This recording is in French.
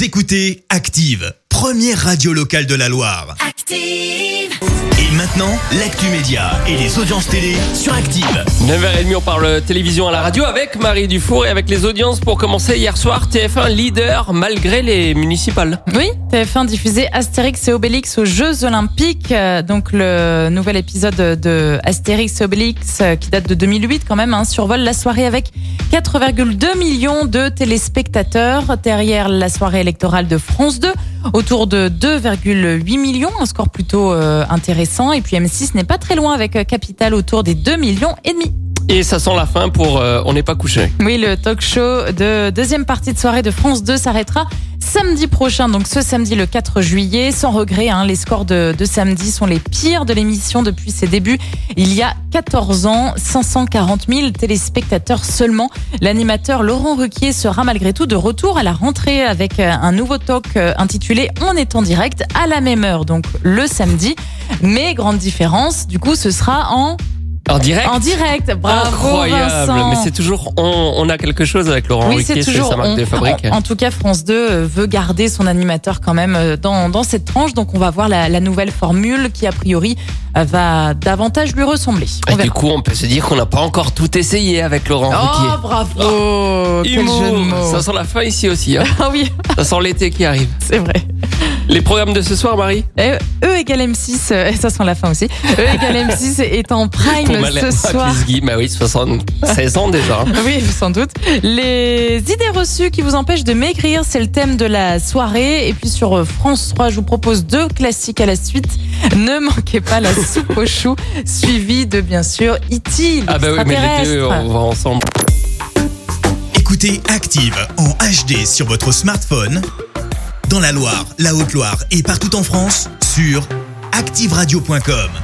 Vous écoutez Active, première radio locale de la Loire. Active. Et maintenant, l'actu média et les audiences télé sur Active. 9h30, on parle télévision à la radio avec Marie Dufour et avec les audiences. Pour commencer, hier soir, TF1 leader malgré les municipales. Oui, TF1 diffusait Astérix et Obélix aux Jeux Olympiques. Donc le nouvel épisode de Astérix et Obélix, qui date de 2008 quand même, survole la soirée avec 4,2 millions de téléspectateurs. Derrière la soirée électorale de France 2, autour de 2,8 millions, un score plutôt intéressant. Et puis M6 n'est pas très loin avec Capital autour des 2,5 millions. Et ça sent la fin pour On n'est pas couché. Oui, le talk show de deuxième partie de soirée de France 2 s'arrêtera samedi prochain, donc ce samedi le 4 juillet. Sans regret, les scores de samedi sont les pires de l'émission depuis ses débuts. Il y a 14 ans, 540 000 téléspectateurs seulement. L'animateur Laurent Ruquier sera malgré tout de retour à la rentrée avec un nouveau talk intitulé On est en direct à la même heure, donc le samedi. Mais grande différence, du coup ce sera en direct, bravo Incroyable. Vincent. Mais c'est toujours, on a quelque chose avec Laurent Ruquier, c'est sa marque de fabrique. En tout cas, France 2 veut garder son animateur quand même dans cette tranche. Donc on va voir la nouvelle formule qui a priori va davantage lui ressembler. Et du coup, on peut se dire qu'on n'a pas encore tout essayé avec Laurent Ruquier. Oh bravo, quel Humour. jeu de mots. Ça sent la fin ici aussi. Ah oui, Ça sent l'été qui arrive. c'est vrai. Les programmes de ce soir, Marie? E égale M6, et ça sent la fin aussi. E égale M6 est en prime ce soir. Bah oui, 76 ans déjà. Oui, sans doute. Les idées reçues qui vous empêchent de maigrir, c'est le thème de la soirée. Et puis sur France 3, je vous propose 2 classiques à la suite. Ne manquez pas la soupe aux choux, suivi de bien sûr E.T. Ah bah oui, mais les deux, on va ensemble. Écoutez Active en HD sur votre smartphone, dans la Loire, la Haute-Loire et partout en France, sur activeradio.com.